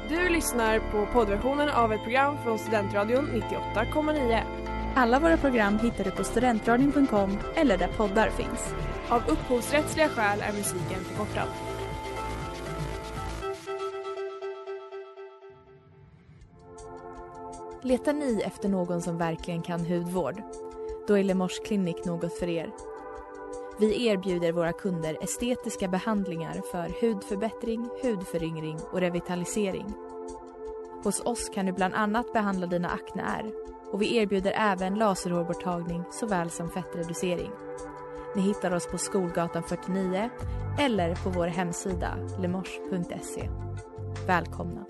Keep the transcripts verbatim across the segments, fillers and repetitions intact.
Du lyssnar på poddversionen av ett program från Studentradion nittioåtta komma nio. Alla våra program hittar du på studentradion punkt com eller där poddar finns. Av upphovsrättsliga skäl är musiken förkortad. Letar ni efter någon som verkligen kan hudvård? Då är Lemors klinik något för er. Vi erbjuder våra kunder estetiska behandlingar för hudförbättring, hudföryngring och revitalisering. Hos oss kan du bland annat behandla dina akneär och vi erbjuder även laserhårborttagning såväl som fettreducering. Ni hittar oss på Skolgatan fyrtionio eller på vår hemsida lemors punkt se. Välkomna!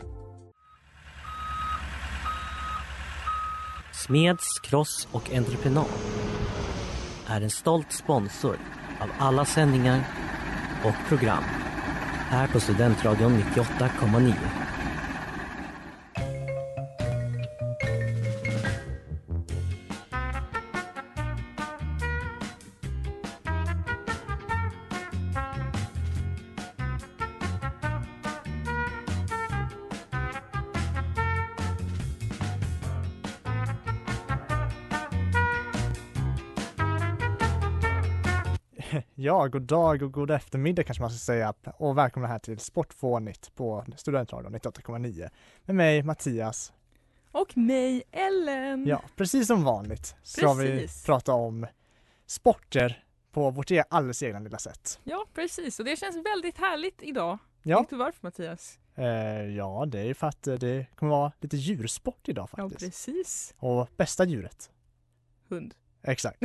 Smeds, Cross och Entreprenad är en stolt sponsor av alla sändningar och program här på Studentradion nittioåtta komma nio. Ja, god dag och god eftermiddag kanske man ska säga, och välkomna här till Sportfånigt på Studentradion nittioåtta komma nio med mig Mattias. Och mig Ellen. Ja, precis som vanligt ska Precis. vi prata om sporter på vårt e- alldeles egna lilla sätt. Ja, precis. Och det känns väldigt härligt idag. Ja. Vet du varför, Mattias? Eh, ja, det är för att det kommer vara lite djursport idag Ja, faktiskt. precis. Och bästa djuret. Hund. Exakt.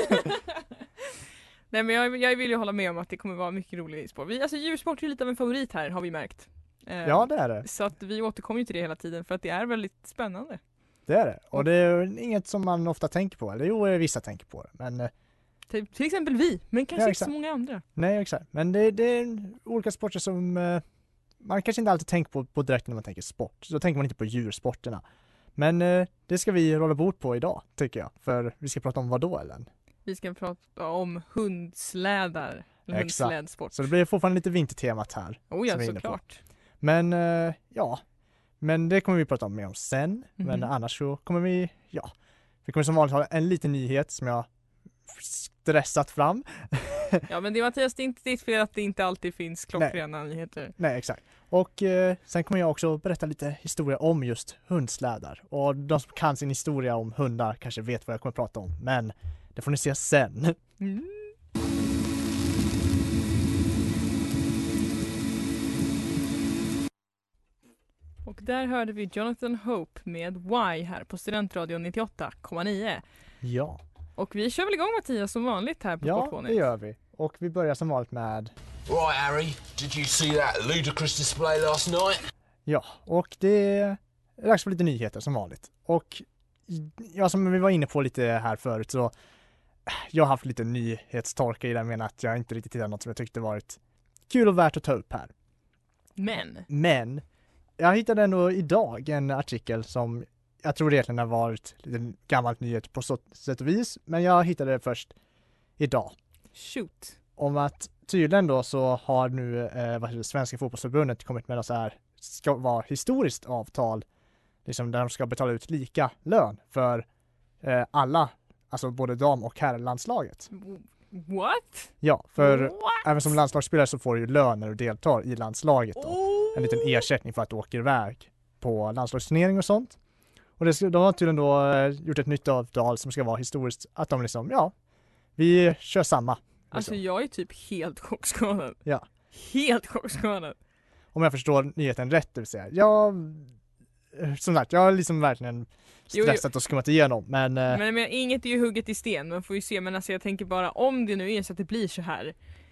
Nej, men jag, jag vill ju hålla med om att det kommer vara mycket rolig sport. Vi, alltså djursport är lite av en favorit här, har vi märkt. Eh, Ja, det är det. Så att vi återkommer ju till det hela tiden för att det är väldigt spännande. Det är det. Och det är inget som man ofta tänker på. Eller jo, vissa tänker på det. Men eh, Till, till exempel vi, men kanske Ja, inte så exakt. många andra. nej, exakt. Men det, det är olika sporter som eh, man kanske inte alltid tänker på, på direkt när man tänker sport. Så tänker man inte på djursporterna. Men eh, det ska vi råda bort på idag, tycker jag. För vi ska prata om vad då, Ellen? Vi ska prata om hundslädar. Eller Exakt. hundslädsport. Så det blir fortfarande lite vintertemat här. Oh ja, som vi är inne på. såklart. Men eh, ja, men det kommer vi prata om mer om sen. Men Mhm. annars så kommer vi, ja, vi kommer som vanligt ha en liten nyhet som jag stressat fram. Ja, men det, Mattias, det är inte ditt fel att det inte alltid finns klockrena nyheter. Nej, exakt. Och eh, sen kommer jag också berätta lite historia om just hundslädar. Och de som kan sin historia om hundar kanske vet vad jag kommer prata om. Men det får ni se sen. Mm. Och där hörde vi Jonathan Hope med Why här på Studentradion nittioåtta komma nio. Ja, Och vi kör väl igång, Mattias, som vanligt här på ja Sportfånigt. det gör vi. Och vi börjar som vanligt med, Right, Harry, did you see that ludicrous display last night? ja, och det är dags för lite nyheter som vanligt. Och ja, som vi var inne på lite här förut så jag har haft lite nyhetstorka i den meningen att jag inte riktigt hittat något som jag tyckte varit kul och värt att ta upp här. Men, Men jag hittade ändå idag en artikel som jag tror egentligen har varit lite gammalt nyhet på så sätt och vis. Men jag hittade det först idag. shoot. Om att tydligen då så har nu eh, vad heter det, Svenska fotbollsförbundet kommit med något så här, ska vara historiskt avtal liksom där de ska betala ut lika lön för eh, alla, alltså både dam- och herrlandslaget. What? Ja, för What? även som landslagsspelare så får du ju lön när du deltar i landslaget då. Oh. En liten ersättning för att du åker iväg på landslagsturnering och sånt. Och det, ska- de har tydligen då eh, gjort ett nytt avtal som ska vara historiskt, att de liksom, ja, vi kör samma. Liksom. Alltså jag är typ helt chockskadad. Ja. Helt chockskadad. Om jag förstår nyheten rätt, det vill säga. Jag, som sagt, jag har liksom verkligen Jo, jo. stressat och skummat igenom, men, eh, Men, men inget är ju hugget i sten, man får ju se. Men alltså jag tänker bara, om det nu är så att det blir så här.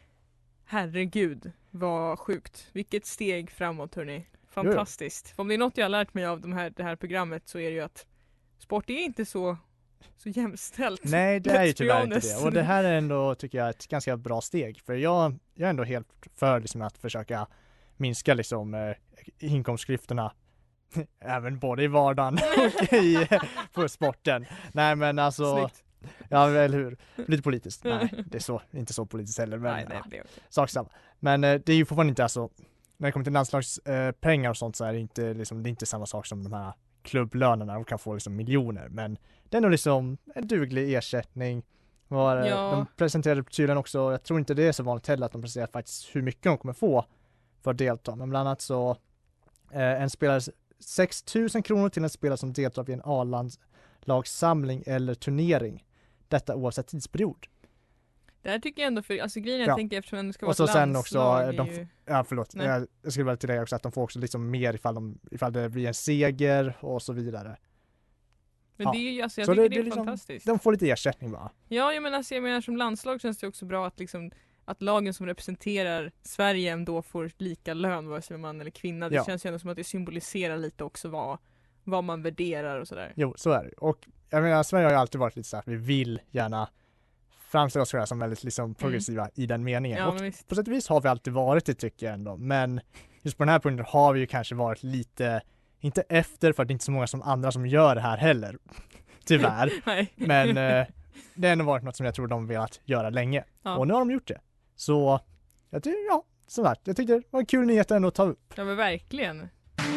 Herregud, vad sjukt. Vilket steg framåt, hörni. Fantastiskt. För om det är något jag har lärt mig av de här, det här programmet så är det ju att sport är inte så, så jämställt. nej, det är ju Let's be tyvärr inte honest. det. Och det här är ändå, tycker jag, ett ganska bra steg. För jag, jag är ändå helt för liksom, att försöka minska liksom, eh, inkomstklyftorna. Även både i vardagen och i, på sporten. Nej, men alltså, Snyggt. ja, eller hur? Lite politiskt. Nej, det är så, inte så politiskt heller. Men, Nej, nej, ja, det är okej. sak samma. Men eh, det är ju fortfarande inte alltså, när det kommer till landslagspengar eh, och sånt så är det inte, liksom, det är inte samma sak som de här klubblönerna. De kan få liksom miljoner, men det är nog liksom en duglig ersättning. Var, Ja. De presenterade tydligen också, jag tror inte det är så vanligt heller att de presenterar faktiskt hur mycket de kommer få för att delta. Men bland annat så eh, en spelare sex tusen kronor till en spelare som deltar vid en A-landslagssamling eller turnering. Detta oavsett tidsperiod. Det här tycker jag ändå, för alltså grejen jag Ja. tänker eftersom det ska Och vara så ett sen också, landslag de, är ju... ja förlåt, Nej. jag, jag skulle väl tillägga också att de får också liksom mer ifall, de, ifall det blir en seger och så vidare. Men Ja. det är ju, alltså jag Så tycker det- det, det är är liksom- fantastiskt. De får lite ersättning bara. Ja, jag menar, alltså, jag menar som landslag känns det också bra att liksom att lagen som representerar Sverige ändå får lika lön vare sig man eller kvinna. Det Ja. känns ju ändå som att det symboliserar lite också vad, vad man värderar och sådär. Jo, så är det. Och jag menar, Sverige har ju alltid varit lite så här, vi vill gärna framställa oss själva som väldigt liksom progressiva i den meningen. Ja, och men visst. på sätt och vis har vi alltid varit det tycker jag ändå. Men just på den här punkten har vi ju kanske varit lite, inte efter för att det är inte så många som andra som gör det här heller. Tyvärr. Nej. Men eh, det har ändå varit något som jag tror de velat göra länge. Ja. Och nu har de gjort det. Så jag tycker, ja, sådär. Jag tyckte det var en kul nyhet ändå att ta upp. Ja men verkligen.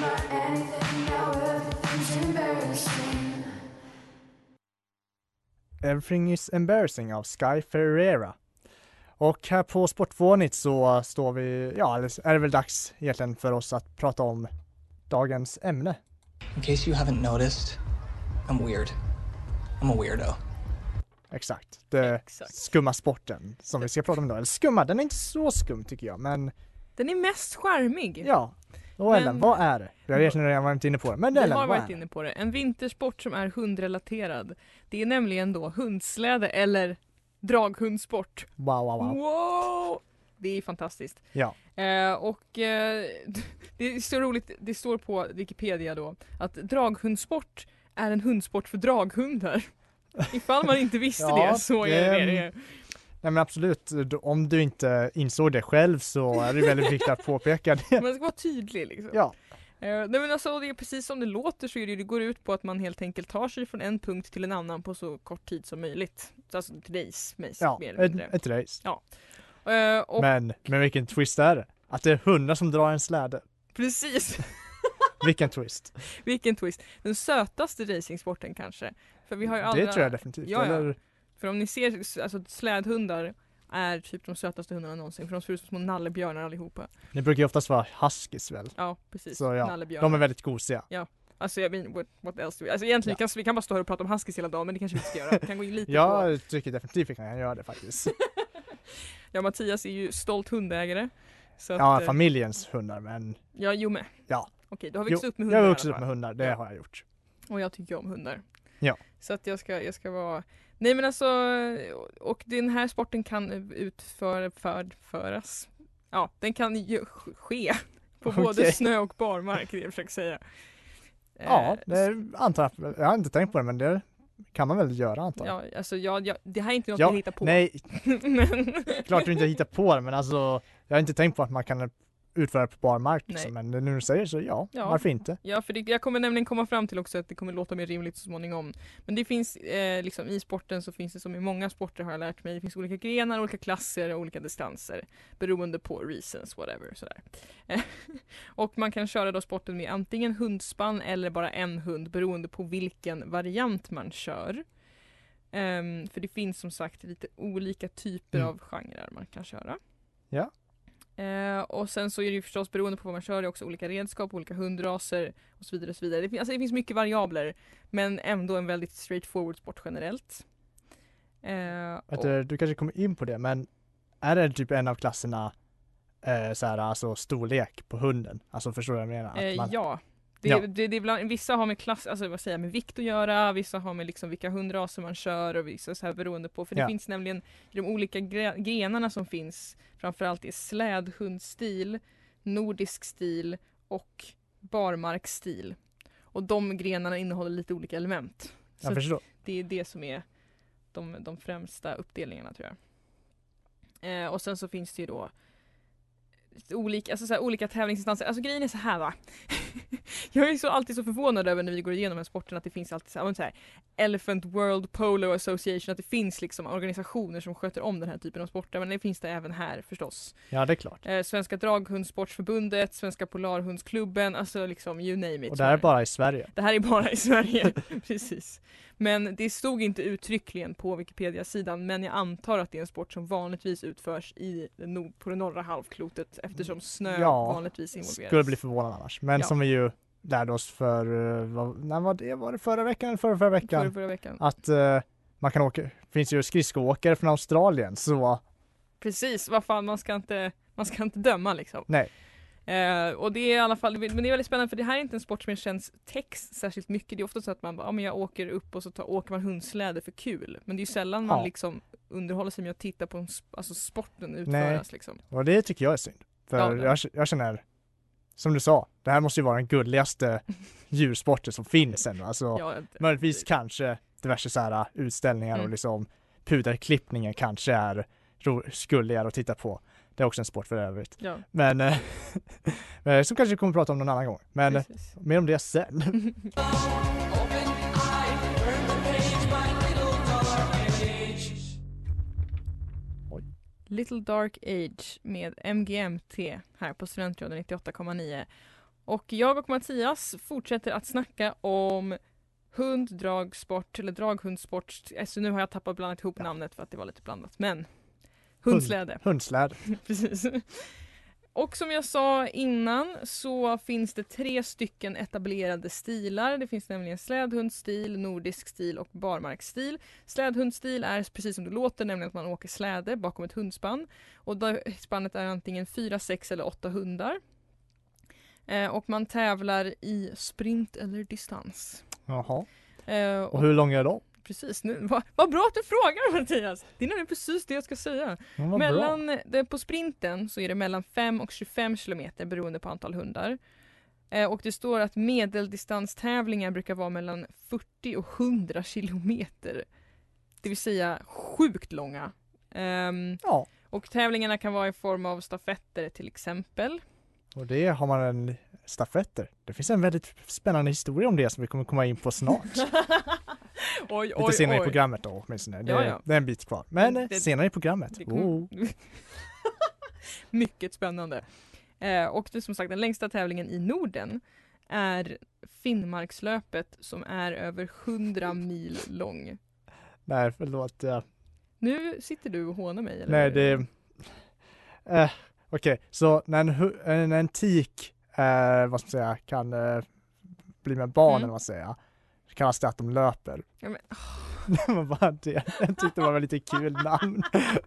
Everything is embarrassing av Sky Ferreira. Och här på Sportvånigt så står vi, ja, eller är det väl dags egentligen för oss att prata om dagens ämne. In case you haven't noticed, I'm weird. I'm a weirdo. Exakt. Det Exakt. skumma sporten som vi ska prata om idag. Eller skumma, den är inte så skum tycker jag, men Den är mest charmig. ja. Och Men- Ellen, vad är det? Vi har egentligen redan varit inne på det, men Vi Ellen, har vad varit är det? inne på det. En vintersport som är hundrelaterad. Det är nämligen då hundsläde eller draghundsport. Wow, wow, wow. Wow! Det är fantastiskt. Ja. Eh, och eh, det är så roligt, det står på Wikipedia då att draghundsport är en hundsport för draghundar. Ifall man inte visste Ja, det så det- är det det. Nej men absolut, om du inte insåg det själv så är det väldigt viktigt att påpeka det. Man ska vara tydlig liksom. Ja, Eh, nej men alltså det är precis som det låter så är det, det går ut på att man helt enkelt tar sig från en punkt till en annan på så kort tid som möjligt. Så alltså ett race, race ja mer eller ett, mindre. ett race. Eh, och Men, men vilken twist är det? Att det är hundar som drar en släde. precis, Vilken twist. vilken twist. Den sötaste racingsporten kanske. För vi har ju alla, Det tror jag definitivt. Ja, ja. Eller, För om ni ser, alltså slädhundar är typ de sötaste hundarna någonsin. För de ser ut som små nallebjörnar allihopa. det brukar ju oftast vara huskies väl? Ja, precis. Så ja, Nallebjörnar. de är väldigt gosiga. Alltså jag mean, what, what else do we... Alltså egentligen Ja. kan, vi kan bara stå här och prata om huskies hela dagen, men det kanske vi inte ska göra. Vi kan gå in lite på... Jag tycker definitivt att jag kan göra det faktiskt. Ja, Mattias är ju stolt hundägare. Så att, Ja, eh, familjens hundar men Ja, jo med. Ja. Okej, du har jo, växt upp med jag hundar har i vuxit alla upp fall. med hundar, det Ja. har jag gjort. Och jag tycker om hundar. Ja. Så att jag ska, jag ska vara... Nej men alltså, och den här sporten kan utföras. Ja, den kan ju ske på både Okej. snö och barmark, det jag försöker säga. Ja, Eh, det antar jag. Jag har inte tänkt på det men det kan man väl göra antar jag. Ja, alltså jag, jag, det här är inte något Ja, jag hittar på. Nej, men, klart du inte hittar på det men alltså jag har inte tänkt på att man kan utföra det på barmark liksom. Men nu när du säger så ja, Ja. varför inte? ja, för det, jag kommer nämligen komma fram till också att det kommer låta mer rimligt så småningom. Men det finns, eh, liksom i sporten så finns det som i många sporter har jag lärt mig, det finns olika grenar, olika klasser och olika distanser. Beroende på reasons, whatever. Sådär. Eh, och man kan köra då sporten med antingen hundspann eller bara en hund beroende på vilken variant man kör. Ehm, för det finns som sagt lite olika typer Mm. av genrer man kan köra. Ja. Eh, och sen så är det ju förstås beroende på vad man kör, det är också olika redskap, olika hundraser och så vidare. Och så vidare. Det, fin- alltså det finns mycket variabler men ändå en väldigt straightforward sport generellt. Eh, Vet och, du, du kanske kommer in på det men är det typ en av klasserna eh, så här, alltså storlek på hunden? Alltså förstår du vad jag menar? Att eh, man, ja. Det, Ja. Det, det är bland, vissa har med klass, alltså vad säger jag, med vikt att göra, vissa har med liksom vilka hundraser man kör och vissa så här beroende på. För det Ja. finns nämligen i de olika gre- grenarna som finns, framförallt är slädhundstil, nordisk stil och barmarksstil. Och de grenarna innehåller lite olika element. Så jag förstår. det är det som är de, de främsta uppdelningarna tror jag. Eh, och sen så finns det ju då olika, alltså så här, olika tävlingsinstanser. Alltså grejen är så här va. Jag är så alltid så förvånad över när vi går igenom den här sporten att det finns alltid så här, så här Elephant World Polo Association, att det finns liksom organisationer som sköter om den här typen av sporter, men det finns det även här förstås. Ja, det är klart. Eh, Svenska Draghundsportsförbundet, Svenska Polarhundsklubben, alltså liksom you name it. Och det här är bara i Sverige. Det här är bara i Sverige, precis. Men det stod inte uttryckligen på Wikipedia-sidan, men jag antar att det är en sport som vanligtvis utförs i det nord- på det norra halvklotet eftersom snö Ja, vanligtvis involveras. Skulle bli förvånad annars. Men Ja. som vi ju lärde oss för, eh, vad, när var det? Var det förra veckan eller förra, förra veckan? Förra, förra veckan. Att eh, man kan åka, finns ju skridskoåkare från Australien, så Precis, vad fan, man ska inte, man ska inte döma liksom. nej. Eh, och det är i alla fall, men det är väldigt spännande för det här är inte en sport som känns text särskilt mycket. Det är ofta så att man bara, ja men jag åker upp och så tar, åker man hundsläde för kul. Men det är ju sällan man Ja. liksom underhåller sig med att titta på en, sp- alltså sporten utföras Nej. liksom. Och det tycker jag är synd. För Ja, det- jag, jag känner, som du sa, det här måste ju vara den gulligaste djursporten som finns ändå. Alltså, Ja, det- möjligtvis kanske diverse så här utställningar Mm. och liksom puderklippningen kanske är ro- skulligare att titta på. Det är också en sport för övrigt. ja, Men, eh, men som kanske vi kommer att prata om någon annan gång. Men eh, precis. mer om det sen. Little Dark Age med M G M T här på Studentradion nittioåtta komma nio. Och jag och Mattias fortsätter att snacka om hund, dragsport eller draghundsport. Alltså nu har jag tappat blandat ihop Ja. namnet för att det var lite blandat. Men hundsläde. Hundsläde. Precis. Och som jag sa innan så finns det tre stycken etablerade stilar. Det finns nämligen slädhundstil, nordisk stil och barmarksstil. Slädhundstil är precis som det låter, nämligen att man åker släde bakom ett hundspann. Och då spannet är antingen fyra, sex eller åtta hundar. Eh, och man tävlar i sprint eller distans. Jaha. Eh, Och hur långa är de? Precis, nu, vad, vad bra att du frågar Mattias! Det är nämligen precis det jag ska säga. De var bra. Mellan, det, på sprinten så är det mellan fem och tjugofem kilometer beroende på antal hundar. Eh, och det står att medeldistanstävlingar brukar vara mellan fyrtio och hundra kilometer. Det vill säga sjukt långa. Ehm, Ja, och tävlingarna kan vara i form av stafetter till exempel. och det har man en stafetter. Det finns en väldigt spännande historia om det som vi kommer komma in på snart. oj, Lite senare i programmet då åtminstone. Det, Ja, ja. det är en bit kvar. Men Det- eh, det- senare i programmet. Det kommer- Oh. Mycket spännande. Eh, och det är som sagt den längsta tävlingen i Norden är Finnmarkslöpet som är över hundra mil lång. Nej, förlåt. Ja. Nu sitter du och hånar mig eller? Nej, det... Eh, Okej, så när en, hu- en, en tik eh, vad ska man säga, kan eh, bli med barn Mm. eller vad man säger, så kallas det att de löper. Ja, men, Det var bara det. Jag tyckte det var ett lite kul namn.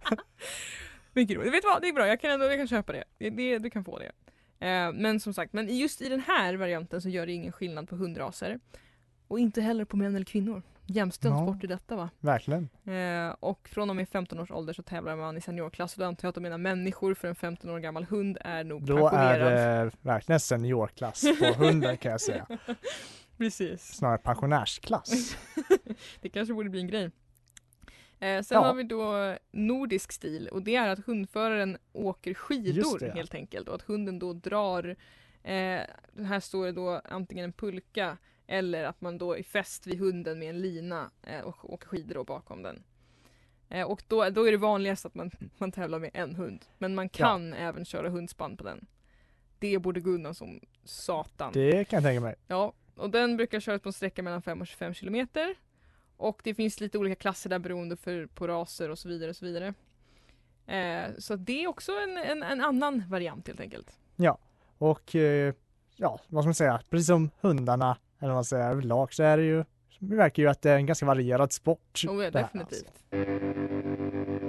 mycket roligt. Vet du vad, det är bra. Jag kan, ändå, jag kan köpa det. det, det du kan få det. Eh, men som sagt, men just i den här varianten så gör det ingen skillnad på hundraser. Och inte heller på män eller kvinnor. Jämställd Ja. sport i detta va? Verkligen. Eh, och från och med femton års ålder så tävlar man i seniorklass. Och då antar jag att de menar människor, för en femton år gammal hund är nog Då pensionerad. är det verkligen seniorklass på hunden kan jag säga. Precis. Snarare pensionärsklass. Det kanske borde bli en grej. Eh, sen Ja. har vi då nordisk stil och det är att hundföraren åker Just skidor det. helt enkelt och att hunden då drar, eh, här står det då antingen en pulka eller att man då är fäst vid hunden med en lina eh, och åker skidor då bakom den. Eh, och då, då är det vanligast att man, man tävlar med en hund, men man kan även köra hundspann på den. Det borde Gunnar som satan. Det kan jag tänka mig. Ja, och den brukar köras på en sträcka mellan fem och tjugofem kilometer. Och det finns lite olika klasser där beroende för, på raser och så vidare och så vidare. Eh, så det är också en, en, en annan variant helt enkelt. Och eh, ja, vad ska man säga, precis som hundarna eller vad man säger överlag så är det ju, det verkar ju att det är en ganska varierad sport. Oh, ja, det här, definitivt. alltså.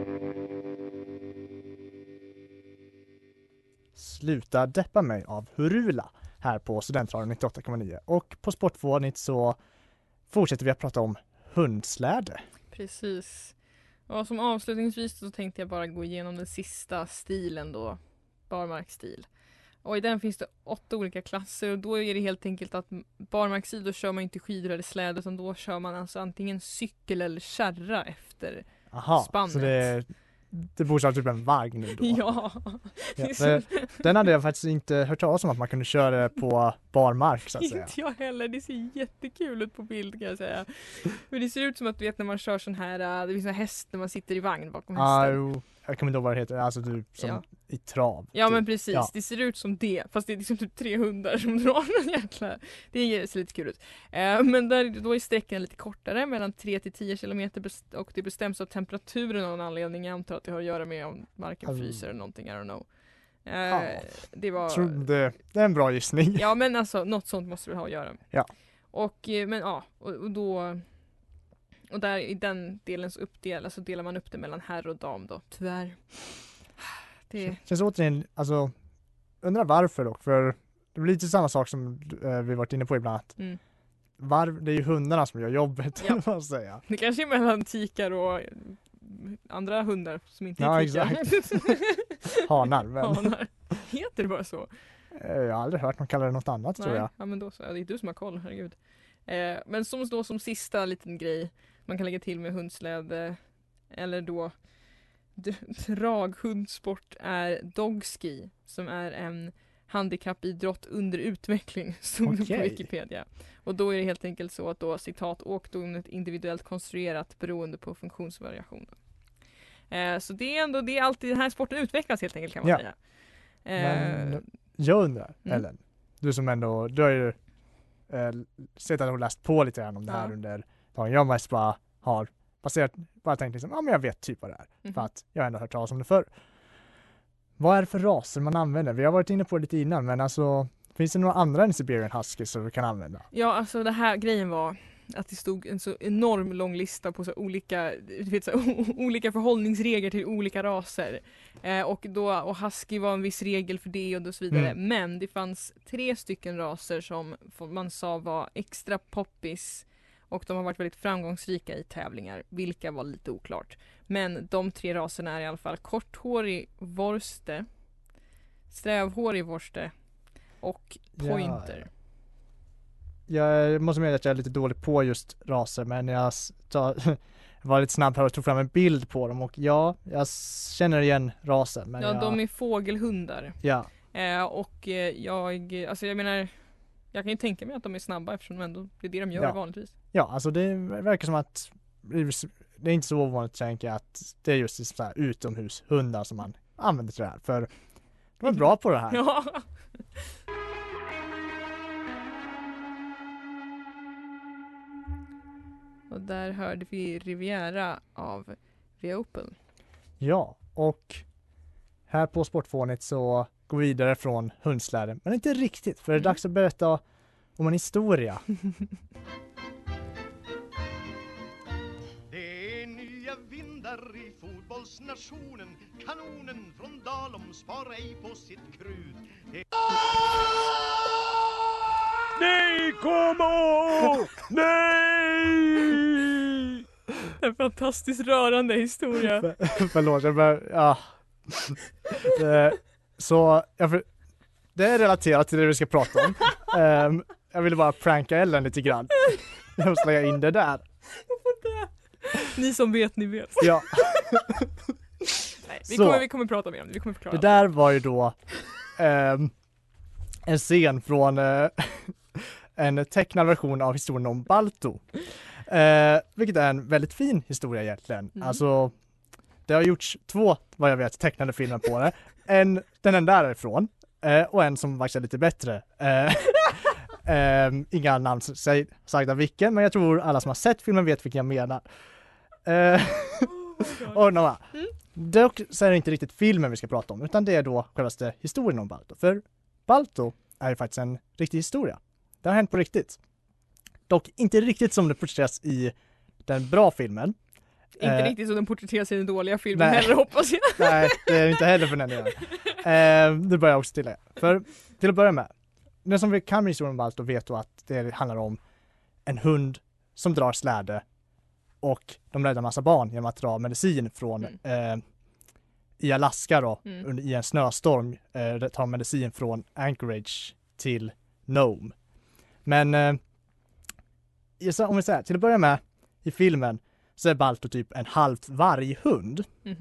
Sluta deppa mig av Hurula här på Studentradion nittioåtta komma nio. Och på Sportvårnit så fortsätter vi att prata om hundsläde. Precis. Och som avslutningsvis så tänkte jag bara gå igenom den sista stilen då. Barmarksstil. Och i den finns det åtta olika klasser och då är det helt enkelt att barmarksstil då kör man inte skidor eller släde utan då kör man alltså antingen cykel eller kärra efter. Aha, Spannet. så det är det borde typ en vagn nu då. Ja. Ja, det, den hade jag faktiskt inte hört talas om att man kunde köra på barmark så att säga. Inte jag heller, det ser jättekul ut på bild kan jag säga. Men det ser ut som att du vet när man kör sån här, det finns en häst när man sitter i vagn bakom hästen. Ah, jo, jag kommer inte ihåg vad det heter, alltså typ som Ja. i trav. Ja typ. men precis, Ja. det ser ut som det. Fast det är liksom typ tre hundar som drar någon jäkla. Det ser lite kul ut. Eh, men där, då är sträckan lite kortare, mellan tre till tio kilometer best- och det bestäms av temperaturen av någon anledning. Jag antar att det har att göra med om marken Alltså. fryser eller någonting, I don't know. Eh, Ja. Det var... Tror det, det är en bra gissning. Ja men alltså, något sånt måste det ha att göra. Ja. Och, eh, men ja, och, och då... Och där i den delens uppdel, alltså delar man upp det mellan herr och dam då, tyvärr. Det... Känns återigen, alltså, undrar varför dock, för det blir lite samma sak som eh, vi varit inne på ibland. Att Mm. var, det är ju hundarna som gör jobbet, Ja. eller vad man säga. Det kanske är mellan tikar och andra hundar som inte är Ja, tikar. Hanar, men Hanar. Heter det bara så? eh, jag har aldrig hört någon kalla det något annat tror jag. Ja men då så. Ja, det är du som har koll, herregud. Eh, men som då som sista liten grej man kan lägga till med hundsläde eller då d- draghundsport är dogski som är en handikappidrott under utveckling stod det på Okej. Wikipedia. Och då är det helt enkelt så att då citat åkdonet individuellt konstruerat beroende på funktionsvariation. Eh, så det är ändå det är alltid den här sporten utvecklas helt enkelt kan man Ja. säga. Eh, Men jag undrar, Mm. Ellen, du som ändå, du har ju eh, sett att du har läst på lite grann om det här Ja. under dagen. Jag mest bara har baserat, bara tänkt liksom, ja men jag vet typ vad det är. mhm. För att jag har ändå hört talas om det förr. Vad är det för raser man använder? Vi har varit inne på det lite innan, men alltså finns det några andra än Siberian Husky som vi kan använda? Ja, alltså det här grejen var att det stod en så enorm lång lista på så olika, du vet, så olika förhållningsregler till olika raser. Eh, och, då, och husky var en viss regel för det och så vidare. Mm. Men det fanns tre stycken raser som man sa var extra poppis och de har varit väldigt framgångsrika i tävlingar. Vilka var lite oklart. Men de tre raserna är i alla fall korthårig vorste, strävhårig vorste och pointer. Jag måste medge att jag är lite dålig på just raser, men jag s- tar, var lite snabb här och tog fram en bild på dem och ja, jag s- känner igen rasen. Men Ja, jag, de är fågelhundar. ja, Eh, och eh, jag, alltså jag menar, jag kan ju tänka mig att de är snabba eftersom de ändå, det är det de gör Ja. vanligtvis. ja, alltså det verkar som att det är inte så ovanligt tänker jag att det är just så här utomhushundar som man använder till det här, för de är bra på det här. Ja. Och där hörde vi Riviera av Reopen. Ja, och här på Sportfånigt så går vi vidare från hundsläden, men inte riktigt, för det är Mm. dags att berätta om en historia. Det är nya vindar i fotbollsnationen. Kanonen från Dalom sparar ej på sitt krut. Det... Nej, kom Nej! En fantastiskt rörande historia. Förlåt, jag bara, ja. Det, så, jag, för- det är relaterat till det vi ska prata om. Ehm, jag ville bara pranka Ellen lite grann. Jag måste lägga in det där. Ni som vet, ni vet. Ja, Nej, vi, Så. kommer, vi kommer prata mer om det, vi kommer förklara. det där var ju då ehm, en scen från eh, en tecknad version av historien om Balto. Eh, vilket är en väldigt fin historia egentligen. Mm. Alltså, det har gjorts två, vad jag vet, tecknade filmer på det. En, den enda därifrån, eh, och en som faktiskt är lite bättre. Eh, ehm, inga namn säg, sagda vilken, men jag tror alla som har sett filmen vet vilken jag menar. Eh, och några. Mm. Dock så är det inte riktigt filmen vi ska prata om, utan det är då självaste historien om Balto. För Balto är ju faktiskt en riktig historia. Det har hänt på riktigt. Dock inte riktigt som det porträtteras i den bra filmen. Inte Eh, riktigt som den porträtteras i den dåliga filmen nej. heller, hoppas jag. Nej, det är inte heller för den delen. Eh, det börjar jag också tillägga. För till att börja med, den som vi kan med historien om Balto vet då att det handlar om en hund som drar släde och de räddar massa barn genom att dra medicin från Mm. eh, i Alaska då, Mm. under, i en snöstorm, eh, tar medicin från Anchorage till Nome. Men eh, i- så om vi säger till att börja med, i filmen så är Balto typ en halvt varghund. Mhm.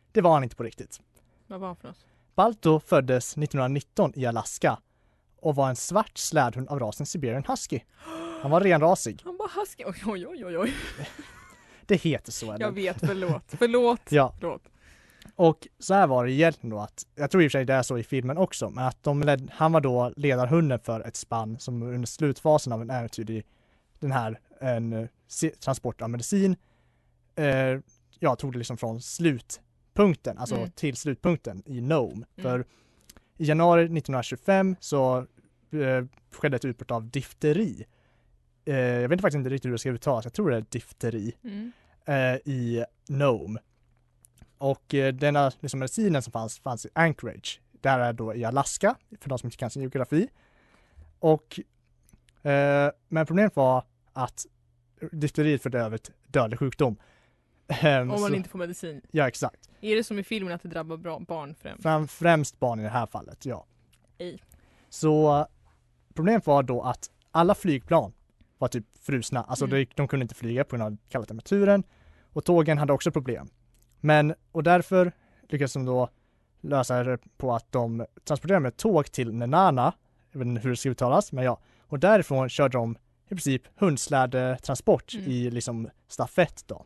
det var han inte på riktigt. Vad var han för något? Balto föddes nittonhundranitton i Alaska och var en svart slädhund av rasen Siberian Husky. Han var renrasig. Han var husky. Oj, oj, oj, oj, oj. Det heter så. Eller? Jag vet, förlåt. Förlåt. Ja. Förlåt. Och så här var det egentligen då att, jag tror i och för sig det är så i filmen också, men att de led, han var då ledarhunden för ett spann som under slutfasen av en äventyr i den här en, transport av medicin eh, jag tog det liksom från slutpunkten, alltså mm. till slutpunkten i Nome. Mm. För i januari nittonhundratjugofem så eh, skedde ett utbrott av difteri. Eh, jag vet faktiskt inte riktigt hur det ska uttalas, jag tror det är difteri mm. eh, i Nome. Och eh, denna liksom, medicinen som fanns, fanns i Anchorage. Där är då i Alaska, för de som inte kan sin geografi. Och, eh, men problemet var att difteriet för övrigt dödlig sjukdom. Om man så, inte får medicin. Ja, exakt. Är det som i filmen att det drabbar bra barn främst? Fram, främst barn i det här fallet, ja. Ej. Så problemet var då att alla flygplan var typ frusna. Alltså mm. de, de kunde inte flyga på grund av kalla temperaturen. Och tågen hade också problem. Men, och därför lyckades de då lösa det på att de transporterade med tåg till Nenana. Jag vet inte hur det ska uttalas, men ja. Och därifrån körde de i princip hundslädetransport mm. i liksom stafett då.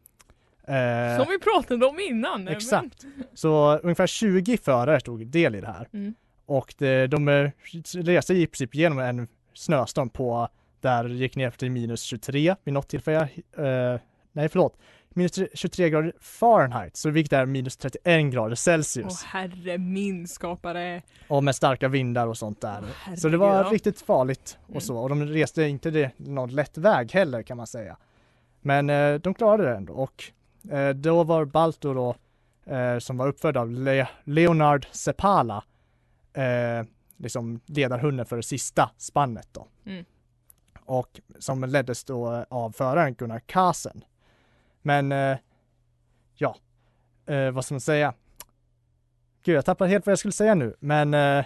Eh, Som vi pratade om innan. Exakt. Men... Så ungefär tjugo förare tog del i det här. Mm. Och det, de reste i princip genom en snöstorm på där det gick ner till minus tjugotre vid något tillfälle. Eh, nej, förlåt. Minus tjugotre grader Fahrenheit, så vilket är minus trettioen grader Celsius. Åh herre min skapare. Och med starka vindar och sånt där. Åh, så det var riktigt farligt och mm. så. Och de reste inte det någon lätt väg heller kan man säga. Men eh, de klarade det ändå. Och eh, då var Balto då, eh, som var uppfödd av Le- Leonard Seppala, eh, liksom ledarhunden för det sista spannet då. Mm. Och som leddes då av föraren Gunnar Kasen. Men, eh, ja, eh, vad ska man säga? Gud, jag tappade helt vad jag skulle säga nu, men... Eh,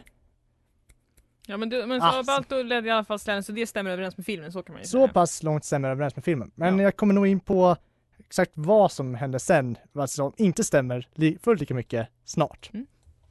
ja, men, du, men så ah, Balto ledde i alla fall ställen, så det stämmer överens med filmen, så kan man ju så säga. Så pass långt stämmer överens med filmen. Men ja. jag kommer nog in på exakt vad som hände sen, vad som inte stämmer li- fullt lika mycket snart. Mm.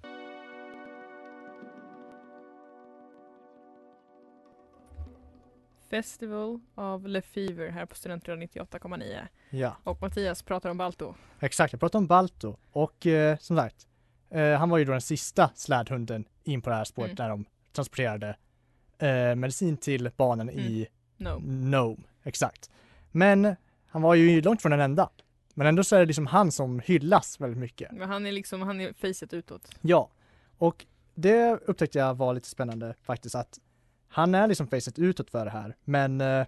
Festival of Le Fever här på Studentradion nittioåtta komma nio. Ja. Och Mattias pratar om Balto. Exakt, jag pratar om Balto. Och eh, som sagt, eh, han var ju då den sista slädhunden in på det här spåret mm. där de transporterade eh, medicin till barnen mm. i Nome. Nome. Exakt. Men han var ju långt från den enda. Men ändå så är det liksom han som hyllas väldigt mycket. Men han är liksom, han är facet utåt. Ja, och det upptäckte jag var lite spännande faktiskt, att han är liksom facet utåt för det här, men eh,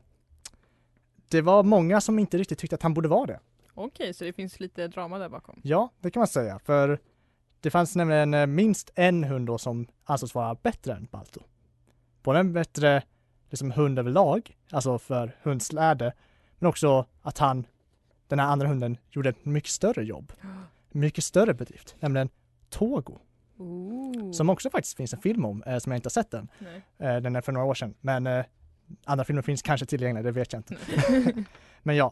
det var många som inte riktigt tyckte att han borde vara det. Okej, så det finns lite drama där bakom. Ja, det kan man säga, för det fanns nämligen eh, minst en hund då som ansågs vara bättre än Balto. Både en bättre liksom, hund överlag, alltså för hundsläde, men också att han, den här andra hunden, gjorde ett mycket större jobb. Mycket större bedrift, nämligen Togo. Ooh. Som också faktiskt finns en film om, eh, som jag inte har sett den. Eh, den är för några år sedan. Men eh, andra filmer finns kanske tillgängliga, det vet jag inte. Men ja.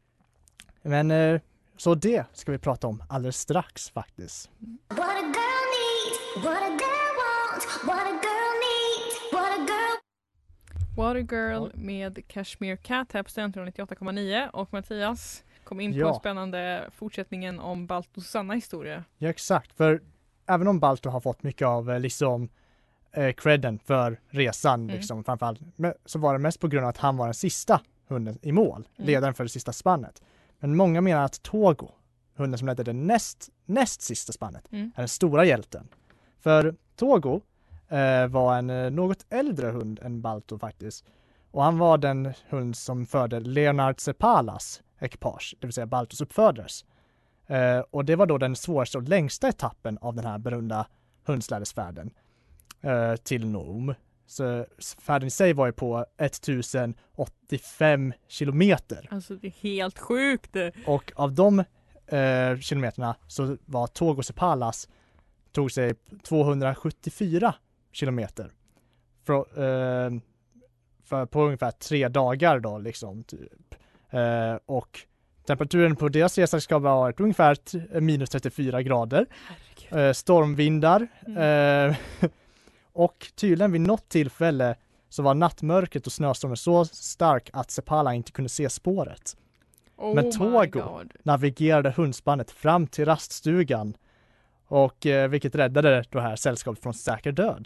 Men eh, så det ska vi prata om alldeles strax faktiskt. What a girl needs, what a girl wants, what a girl needs, what a girl... What a Girl med Kashmir Cat här på Studentradion nittioåtta komma nio. Och Mattias kom in ja. på spännande fortsättningen om Baltos sanna historia. Ja, exakt. För även om Balto har fått mycket av liksom eh, credden för resan mm. liksom, framförallt, men, så var det mest på grund av att han var den sista hunden i mål, mm. ledaren för det sista spannet. Men många menar att Togo, hunden som ledde det näst, näst sista spannet, mm. är den stora hjälten. För Togo eh, var en eh, något äldre hund än Balto faktiskt. Och han var den hund som förde Leonard Seppalas ekipage, det vill säga Baltos uppfödares. Uh, och det var då den svåraste och längsta etappen av den här berömda hundslädesfärden uh, till Nome. Så färden i sig var ju på tusen åttiofem kilometer. Alltså det är helt sjukt. Och av de uh, kilometerna så var Togo Seppalas tog sig tvåhundrasjuttiofyra kilometer. För, uh, för på ungefär tre dagar då liksom typ. Uh, och temperaturen på deras resa ska vara varit ungefär t- minus trettiofyra grader. Eh, stormvindar. Mm. Eh, och tydligen vid något tillfälle så var nattmörkret och snöstormen så stark att Sepala inte kunde se spåret. Oh Men my Togo God. navigerade hundspannet fram till raststugan och eh, vilket räddade det här sällskapet från säker död.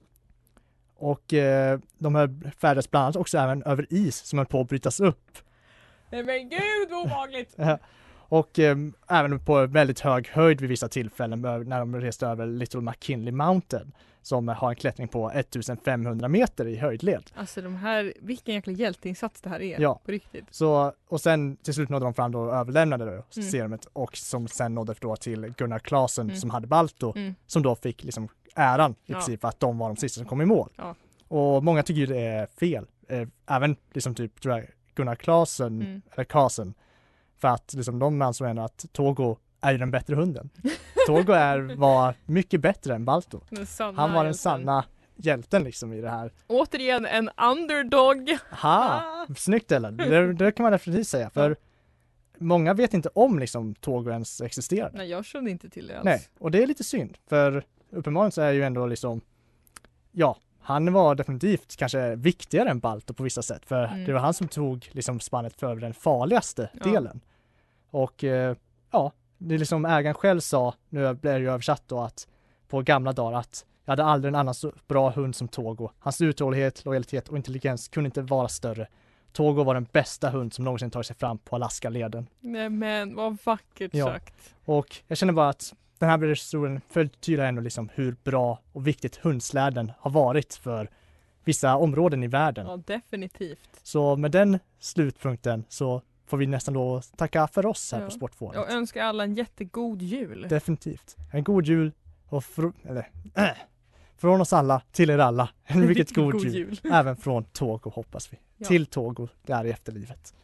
Och eh, de här färdades bland annat också även över is som höll på att brytas upp. Nej men gud vad obehagligt! Och eh, även på väldigt hög höjd vid vissa tillfällen när de reste över Little McKinley Mountain som har en klättring på femtonhundra meter i höjdled. Alltså de här, vilken jäkla hjälteinsats det här är, Ja. på riktigt. Så, och sen till slut nådde de fram då och överlämnade det, Mm. serumet och som sen nådde då till Gunnar Claesson Mm. som hade Balto Mm. som då fick liksom äran i Ja. princip för att de var de sista som kom i mål. Ja. Och många tycker ju det är fel. Eh, även liksom typ tror jag, Gunnar Claesson Mm. eller Carson. För att liksom de ansåg ändå att Togo är ju den bättre hunden. Togo är, var mycket bättre än Balto. Den sanna Han var den hjälten. sanna hjälten liksom i det här. Återigen en underdog. Ha, snyggt Ellen. Det, det kan man definitivt säga. För många vet inte om liksom Togo ens existerade. Nej, jag kände inte till det alls. Nej, och det är lite synd. För uppenbarligen så är ju ändå liksom, ja, han var definitivt kanske viktigare än Balto på vissa sätt. För Mm. det var han som tog liksom spannet för den farligaste Ja. delen. Och eh, ja, det är liksom ägaren själv sa, nu blir det ju översatt då att på gamla dagar att jag hade aldrig en annan så bra hund som Togo. Hans uthållighet, lojalitet och intelligens kunde inte vara större. Togo var den bästa hund som någonsin tagit sig fram på Alaska-leden. Nej men vad vackert Ja. sagt. Och jag känner bara att den här historien förtydligar ändå liksom hur bra och viktigt hundsläden har varit för vissa områden i världen. Ja, definitivt. Så med den slutpunkten så får vi nästan då tacka för oss här Ja. på Sportfåret. Jag önskar alla en jättegod jul. Definitivt. En god jul och fr- eller, äh, från oss alla till er alla. En mycket god, God jul. jul. Även från Togo hoppas vi. Ja. Till Togo där i efterlivet.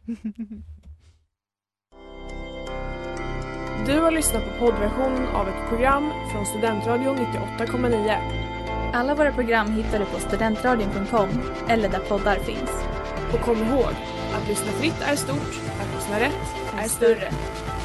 Du har lyssnat på poddversion av ett program från Studentradion nittioåtta komma nio. Alla våra program hittar du på studentradion punkt com eller där poddar finns. Och kom ihåg, att lyssna fritt är stort, att lyssna rätt är större.